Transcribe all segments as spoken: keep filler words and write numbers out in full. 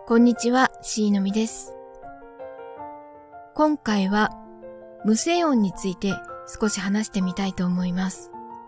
こんにちは、しーのみです。今回は無声音について少し話してみたいと思います。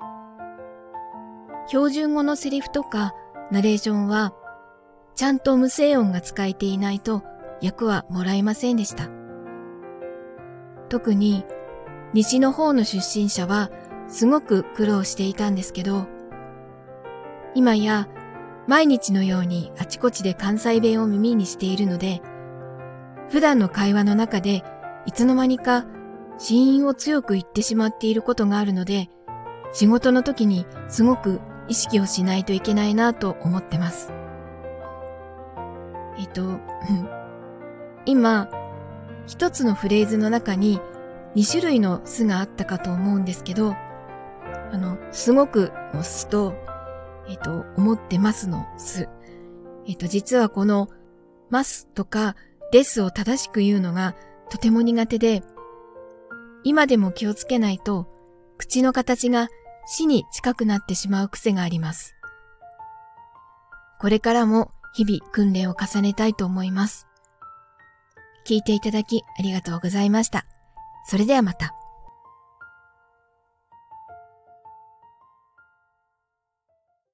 標準語のセリフとかナレーションはちゃんと無声音が使えていないと役はもらえませんでした。特に西の方の出身者はすごく苦労していたんですけど、今や毎日のようにあちこちで関西弁を耳にしているので、普段の会話の中でいつの間にか子音を強く言ってしまっていることがあるので、仕事の時にすごく意識をしないといけないなと思ってます。えっと、今、一つのフレーズの中にに種類のすがあったかと思うんですけど、あの、すごくのすと、えっと、思ってますのす。えっと、実はこの、ますとか、ですを正しく言うのがとても苦手で、今でも気をつけないと、口の形がしに近くなってしまう癖があります。これからも日々訓練を重ねたいと思います。聞いていただきありがとうございました。それではまた。